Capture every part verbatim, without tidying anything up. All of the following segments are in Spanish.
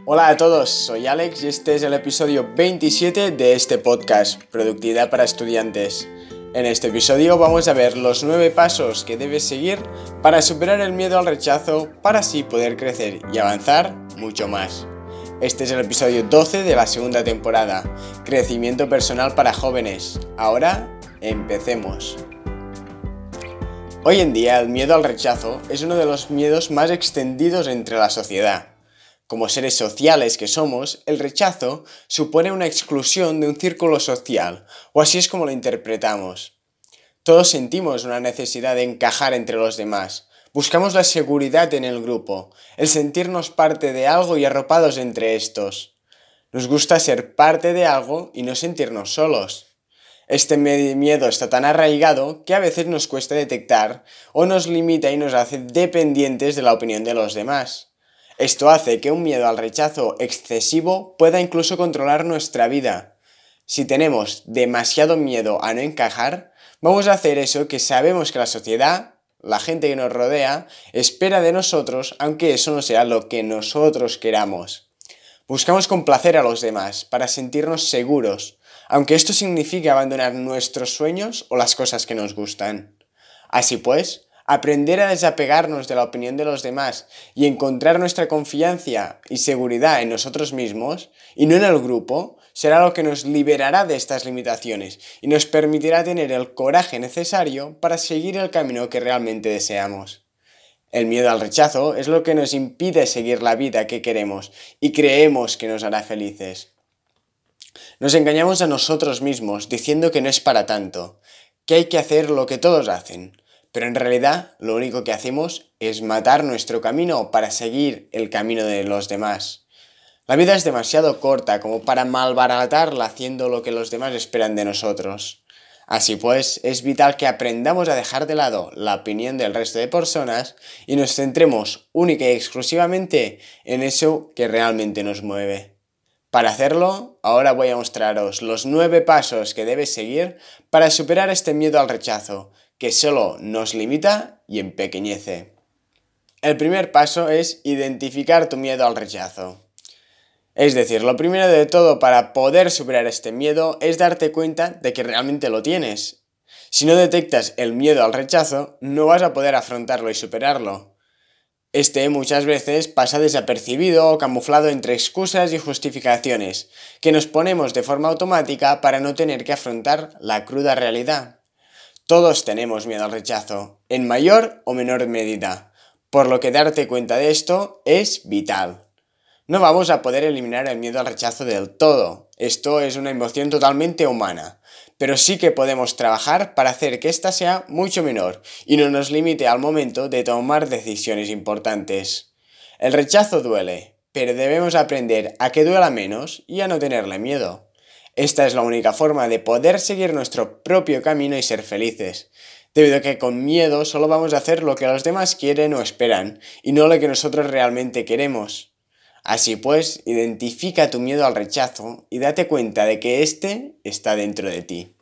Hola a todos, soy Alex y este es el episodio veintisiete de este podcast, Productividad para Estudiantes. En este episodio vamos a ver los nueve pasos que debes seguir para superar el miedo al rechazo para así poder crecer y avanzar mucho más. Este es el episodio doce de la segunda temporada, Crecimiento Personal para Jóvenes. Ahora, empecemos. Hoy en día el miedo al rechazo es uno de los miedos más extendidos entre la sociedad. Como seres sociales que somos, el rechazo supone una exclusión de un círculo social, o así es como lo interpretamos. Todos sentimos una necesidad de encajar entre los demás. Buscamos la seguridad en el grupo, el sentirnos parte de algo y arropados entre estos. Nos gusta ser parte de algo y no sentirnos solos. Este miedo está tan arraigado que a veces nos cuesta detectar o nos limita y nos hace dependientes de la opinión de los demás. Esto hace que un miedo al rechazo excesivo pueda incluso controlar nuestra vida. Si tenemos demasiado miedo a no encajar, vamos a hacer eso que sabemos que la sociedad, la gente que nos rodea, espera de nosotros, aunque eso no sea lo que nosotros queramos. Buscamos complacer a los demás para sentirnos seguros, aunque esto signifique abandonar nuestros sueños o las cosas que nos gustan. Así pues, aprender a desapegarnos de la opinión de los demás y encontrar nuestra confianza y seguridad en nosotros mismos y no en el grupo será lo que nos liberará de estas limitaciones y nos permitirá tener el coraje necesario para seguir el camino que realmente deseamos. El miedo al rechazo es lo que nos impide seguir la vida que queremos y creemos que nos hará felices. Nos engañamos a nosotros mismos diciendo que no es para tanto, que hay que hacer lo que todos hacen. Pero en realidad lo único que hacemos es matar nuestro camino para seguir el camino de los demás. La vida es demasiado corta como para malbaratarla haciendo lo que los demás esperan de nosotros. Así pues, es vital que aprendamos a dejar de lado la opinión del resto de personas y nos centremos única y exclusivamente en eso que realmente nos mueve. Para hacerlo, ahora voy a mostraros los nueve pasos que debes seguir para superar este miedo al rechazo, que solo nos limita y empequeñece. El primer paso es identificar tu miedo al rechazo. Es decir, lo primero de todo para poder superar este miedo es darte cuenta de que realmente lo tienes. Si no detectas el miedo al rechazo, no vas a poder afrontarlo y superarlo. Este muchas veces pasa desapercibido o camuflado entre excusas y justificaciones, que nos ponemos de forma automática para no tener que afrontar la cruda realidad. Todos tenemos miedo al rechazo, en mayor o menor medida, por lo que darte cuenta de esto es vital. No vamos a poder eliminar el miedo al rechazo del todo, esto es una emoción totalmente humana, pero sí que podemos trabajar para hacer que ésta sea mucho menor y no nos limite al momento de tomar decisiones importantes. El rechazo duele, pero debemos aprender a que duela menos y a no tenerle miedo. Esta es la única forma de poder seguir nuestro propio camino y ser felices, debido a que con miedo solo vamos a hacer lo que los demás quieren o esperan, y no lo que nosotros realmente queremos. Así pues, identifica tu miedo al rechazo y date cuenta de que éste está dentro de ti.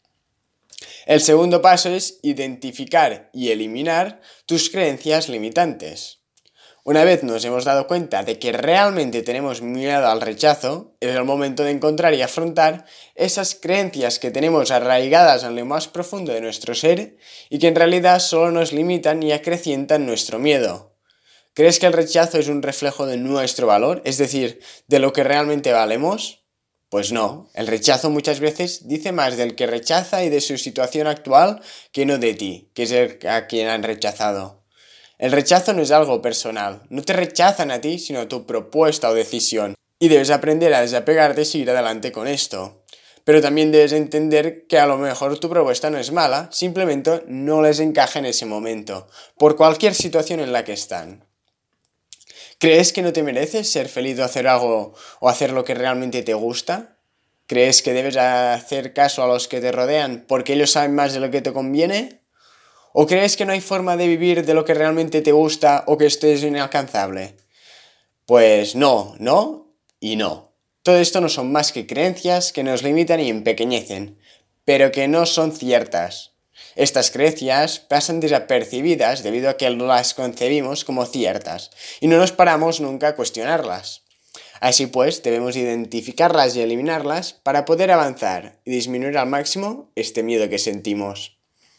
El segundo paso es identificar y eliminar tus creencias limitantes. Una vez nos hemos dado cuenta de que realmente tenemos miedo al rechazo, es el momento de encontrar y afrontar esas creencias que tenemos arraigadas en lo más profundo de nuestro ser y que en realidad solo nos limitan y acrecientan nuestro miedo. ¿Crees que el rechazo es un reflejo de nuestro valor, es decir, de lo que realmente valemos? Pues no, el rechazo muchas veces dice más del que rechaza y de su situación actual que no de ti, que es el a quien han rechazado. El rechazo no es algo personal, no te rechazan a ti, sino a tu propuesta o decisión, y debes aprender a desapegarte y seguir adelante con esto. Pero también debes entender que a lo mejor tu propuesta no es mala, simplemente no les encaja en ese momento, por cualquier situación en la que están. ¿Crees que no te mereces ser feliz o hacer algo o hacer lo que realmente te gusta? ¿Crees que debes hacer caso a los que te rodean porque ellos saben más de lo que te conviene? ¿O crees que no hay forma de vivir de lo que realmente te gusta o que esto es inalcanzable? Pues no, no y no. Todo esto no son más que creencias que nos limitan y empequeñecen, pero que no son ciertas. Estas creencias pasan desapercibidas debido a que las concebimos como ciertas y no nos paramos nunca a cuestionarlas. Así pues, debemos identificarlas y eliminarlas para poder avanzar y disminuir al máximo este miedo que sentimos.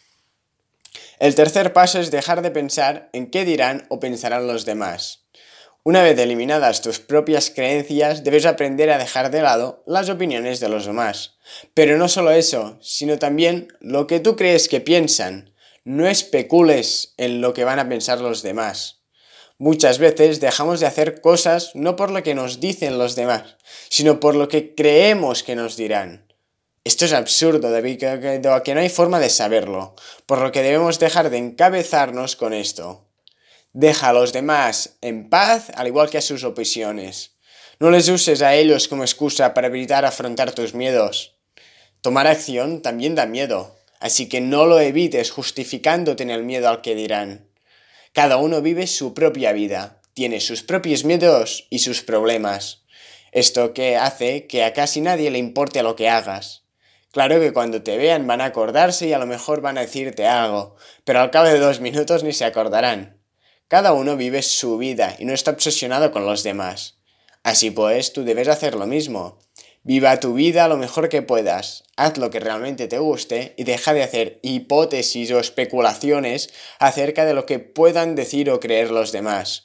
El tercer paso es dejar de pensar en qué dirán o pensarán los demás. Una vez eliminadas tus propias creencias, debes aprender a dejar de lado las opiniones de los demás. Pero no solo eso, sino también lo que tú crees que piensan. No especules en lo que van a pensar los demás. Muchas veces dejamos de hacer cosas no por lo que nos dicen los demás, sino por lo que creemos que nos dirán. Esto es absurdo, debido a que no hay forma de saberlo, por lo que debemos dejar de encabezarnos con esto. Deja a los demás en paz, al igual que a sus opiniones. No les uses a ellos como excusa para evitar afrontar tus miedos. Tomar acción también da miedo, así que no lo evites justificándote en el miedo al que dirán. Cada uno vive su propia vida, tiene sus propios miedos y sus problemas. Esto que hace que a casi nadie le importe lo que hagas. Claro que cuando te vean van a acordarse y a lo mejor van a decirte algo, pero al cabo de dos minutos ni se acordarán. Cada uno vive su vida y no está obsesionado con los demás. Así pues, tú debes hacer lo mismo. Viva tu vida lo mejor que puedas, haz lo que realmente te guste y deja de hacer hipótesis o especulaciones acerca de lo que puedan decir o creer los demás.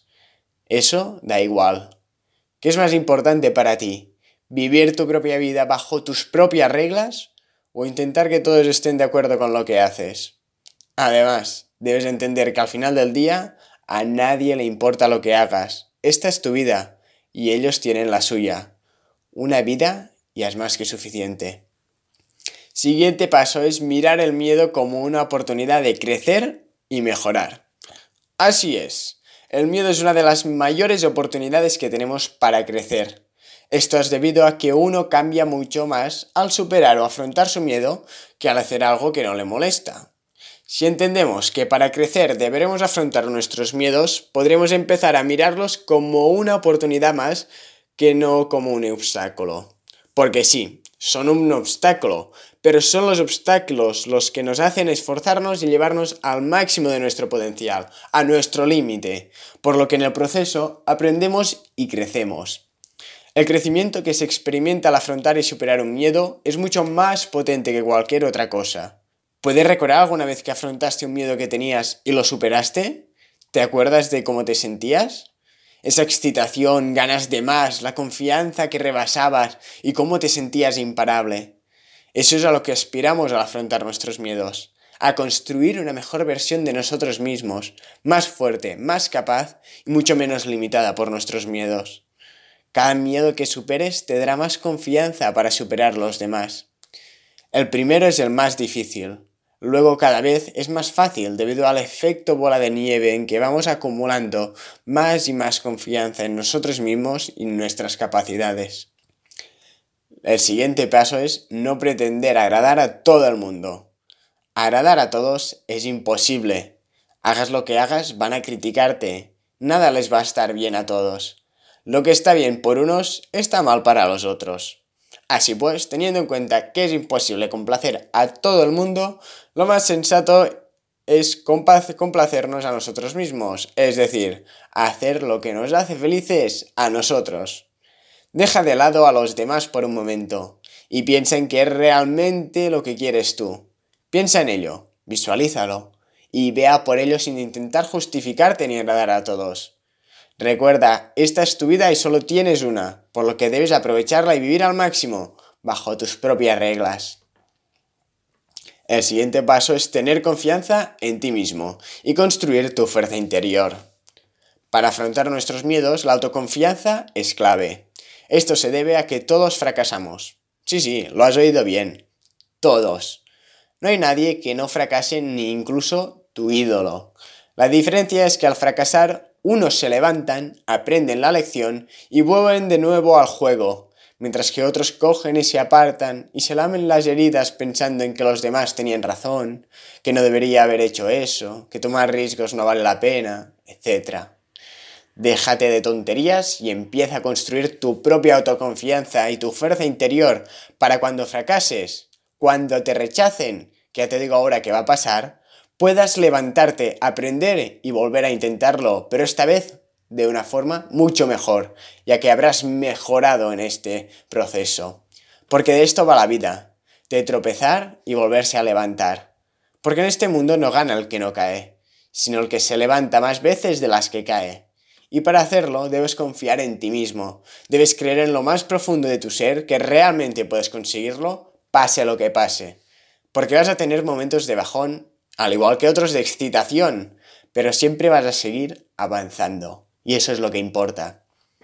Eso da igual. ¿Qué es más importante para ti? ¿Vivir tu propia vida bajo tus propias reglas o intentar que todos estén de acuerdo con lo que haces? Además, debes entender que al final del día a nadie le importa lo que hagas. Esta es tu vida y ellos tienen la suya. Una vida ya es más que suficiente. Siguiente paso es mirar el miedo como una oportunidad de crecer y mejorar. Así es, el miedo es una de las mayores oportunidades que tenemos para crecer. Esto es debido a que uno cambia mucho más al superar o afrontar su miedo que al hacer algo que no le molesta. Si entendemos que para crecer deberemos afrontar nuestros miedos, podremos empezar a mirarlos como una oportunidad más que no como un obstáculo. Porque sí, son un obstáculo, pero son los obstáculos los que nos hacen esforzarnos y llevarnos al máximo de nuestro potencial, a nuestro límite, por lo que en el proceso aprendemos y crecemos. El crecimiento que se experimenta al afrontar y superar un miedo es mucho más potente que cualquier otra cosa. ¿Puedes recordar alguna vez que afrontaste un miedo que tenías y lo superaste? ¿Te acuerdas de cómo te sentías? Esa excitación, ganas de más, la confianza que rebasabas y cómo te sentías imparable. Eso es a lo que aspiramos al afrontar nuestros miedos, a construir una mejor versión de nosotros mismos, más fuerte, más capaz y mucho menos limitada por nuestros miedos. Cada miedo que superes te dará más confianza para superar los demás. El primero es el más difícil. Luego cada vez es más fácil debido al efecto bola de nieve en que vamos acumulando más y más confianza en nosotros mismos y en nuestras capacidades. El siguiente paso es no pretender agradar a todo el mundo. Agradar a todos es imposible. Hagas lo que hagas, van a criticarte. Nada les va a estar bien a todos. Lo que está bien por unos está mal para los otros. Así pues, teniendo en cuenta que es imposible complacer a todo el mundo, lo más sensato es complacernos a nosotros mismos, es decir, hacer lo que nos hace felices a nosotros. Deja de lado a los demás por un momento y piensa en qué es realmente lo que quieres tú. Piensa en ello, visualízalo y vea por ello sin intentar justificarte ni agradar a todos. Recuerda, esta es tu vida y solo tienes una, por lo que debes aprovecharla y vivir al máximo, bajo tus propias reglas. El siguiente paso es tener confianza en ti mismo y construir tu fuerza interior. Para afrontar nuestros miedos, la autoconfianza es clave. Esto se debe a que todos fracasamos. Sí, sí, lo has oído bien. Todos. No hay nadie que no fracase ni incluso tu ídolo. La diferencia es que al fracasar, unos se levantan, aprenden la lección y vuelven de nuevo al juego, mientras que otros cogen y se apartan y se lamen las heridas pensando en que los demás tenían razón, que no debería haber hecho eso, que tomar riesgos no vale la pena, etcétera. Déjate de tonterías y empieza a construir tu propia autoconfianza y tu fuerza interior para cuando fracases, cuando te rechacen, que ya te digo ahora que va a pasar, puedas levantarte, aprender y volver a intentarlo, pero esta vez de una forma mucho mejor, ya que habrás mejorado en este proceso. Porque de esto va la vida, de tropezar y volverse a levantar. Porque en este mundo no gana el que no cae, sino el que se levanta más veces de las que cae. Y para hacerlo debes confiar en ti mismo, debes creer en lo más profundo de tu ser que realmente puedes conseguirlo, pase lo que pase. Porque vas a tener momentos de bajón, al igual que otros de excitación, pero siempre vas a seguir avanzando. Y eso es lo que importa.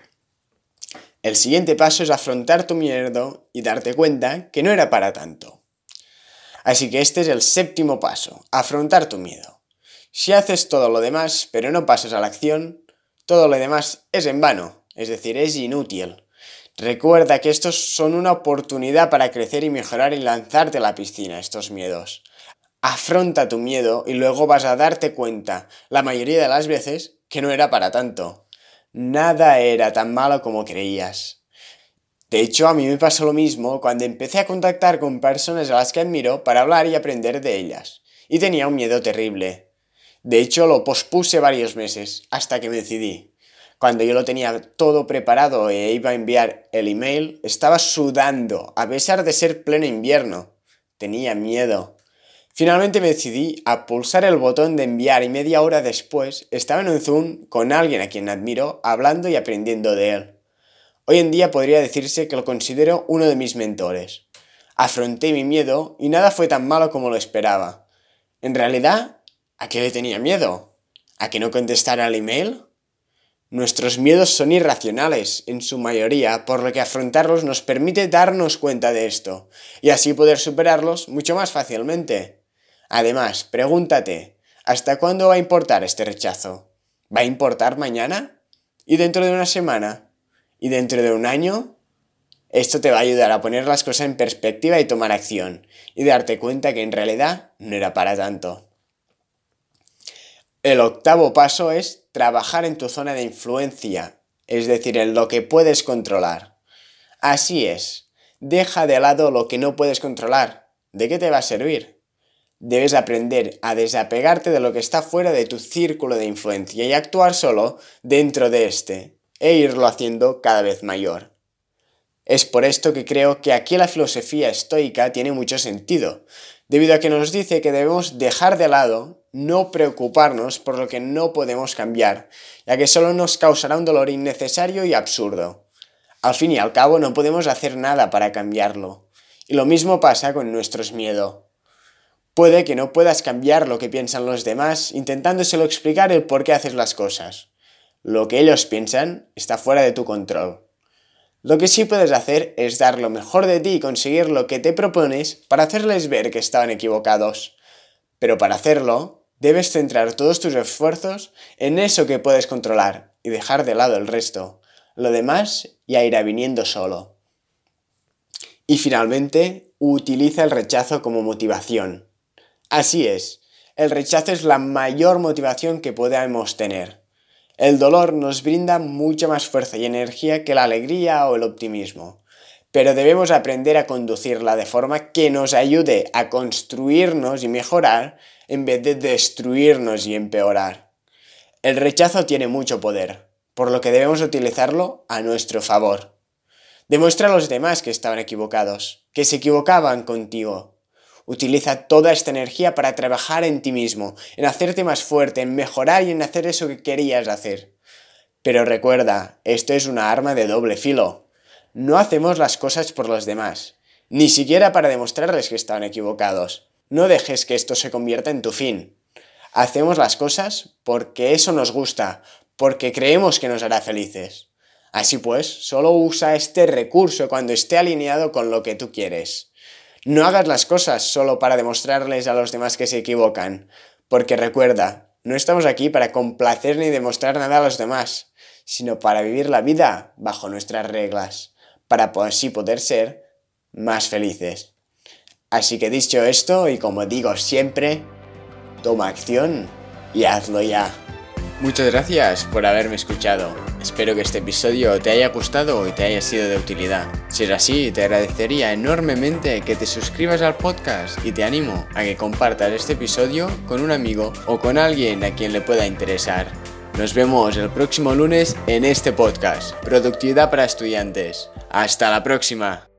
El siguiente paso es afrontar tu miedo y darte cuenta que no era para tanto. Así que este es el séptimo paso, afrontar tu miedo. Si haces todo lo demás, pero no pasas a la acción, todo lo demás es en vano, es decir, es inútil. Recuerda que estos son una oportunidad para crecer y mejorar y lanzarte a la piscina, estos miedos. Afronta tu miedo y luego vas a darte cuenta, la mayoría de las veces, que no era para tanto. Nada era tan malo como creías. De hecho, a mí me pasó lo mismo cuando empecé a contactar con personas a las que admiro para hablar y aprender de ellas. Y tenía un miedo terrible. De hecho, lo pospuse varios meses, hasta que me decidí. Cuando yo lo tenía todo preparado e iba a enviar el email, estaba sudando, a pesar de ser pleno invierno. Tenía miedo. Finalmente me decidí a pulsar el botón de enviar y media hora después estaba en un Zoom con alguien a quien admiro, hablando y aprendiendo de él. Hoy en día podría decirse que lo considero uno de mis mentores. Afronté mi miedo y nada fue tan malo como lo esperaba. En realidad, ¿a qué le tenía miedo? ¿A que no contestara el email? Nuestros miedos son irracionales, en su mayoría, por lo que afrontarlos nos permite darnos cuenta de esto, y así poder superarlos mucho más fácilmente. Además, pregúntate, ¿hasta cuándo va a importar este rechazo? ¿Va a importar mañana? ¿Y dentro de una semana? ¿Y dentro de un año? Esto te va a ayudar a poner las cosas en perspectiva y tomar acción, y darte cuenta que en realidad no era para tanto. El octavo paso es trabajar en tu zona de influencia, es decir, en lo que puedes controlar. Así es, deja de lado lo que no puedes controlar. ¿De qué te va a servir? Debes aprender a desapegarte de lo que está fuera de tu círculo de influencia y actuar solo dentro de este, e irlo haciendo cada vez mayor. Es por esto que creo que aquí la filosofía estoica tiene mucho sentido, debido a que nos dice que debemos dejar de lado, no preocuparnos por lo que no podemos cambiar, ya que solo nos causará un dolor innecesario y absurdo. Al fin y al cabo no podemos hacer nada para cambiarlo, y lo mismo pasa con nuestros miedos. Puede que no puedas cambiar lo que piensan los demás intentándoselo explicar el por qué haces las cosas. Lo que ellos piensan está fuera de tu control. Lo que sí puedes hacer es dar lo mejor de ti y conseguir lo que te propones para hacerles ver que estaban equivocados. Pero para hacerlo, debes centrar todos tus esfuerzos en eso que puedes controlar y dejar de lado el resto. Lo demás ya irá viniendo solo. Y finalmente, utiliza el rechazo como motivación. Así es, el rechazo es la mayor motivación que podamos tener. El dolor nos brinda mucha más fuerza y energía que la alegría o el optimismo, pero debemos aprender a conducirla de forma que nos ayude a construirnos y mejorar en vez de destruirnos y empeorar. El rechazo tiene mucho poder, por lo que debemos utilizarlo a nuestro favor. Demuestra a los demás que estaban equivocados, que se equivocaban contigo. Utiliza toda esta energía para trabajar en ti mismo, en hacerte más fuerte, en mejorar y en hacer eso que querías hacer. Pero recuerda, esto es una arma de doble filo. No hacemos las cosas por los demás, ni siquiera para demostrarles que estaban equivocados. No dejes que esto se convierta en tu fin. Hacemos las cosas porque eso nos gusta, porque creemos que nos hará felices. Así pues, solo usa este recurso cuando esté alineado con lo que tú quieres. No hagas las cosas solo para demostrarles a los demás que se equivocan, porque recuerda, no estamos aquí para complacer ni demostrar nada a los demás, sino para vivir la vida bajo nuestras reglas, para así poder ser más felices. Así que dicho esto, y como digo siempre, toma acción y hazlo ya. Muchas gracias por haberme escuchado. Espero que este episodio te haya gustado y te haya sido de utilidad. Si es así, te agradecería enormemente que te suscribas al podcast y te animo a que compartas este episodio con un amigo o con alguien a quien le pueda interesar. Nos vemos el próximo lunes en este podcast, Productividad para Estudiantes. Hasta la próxima.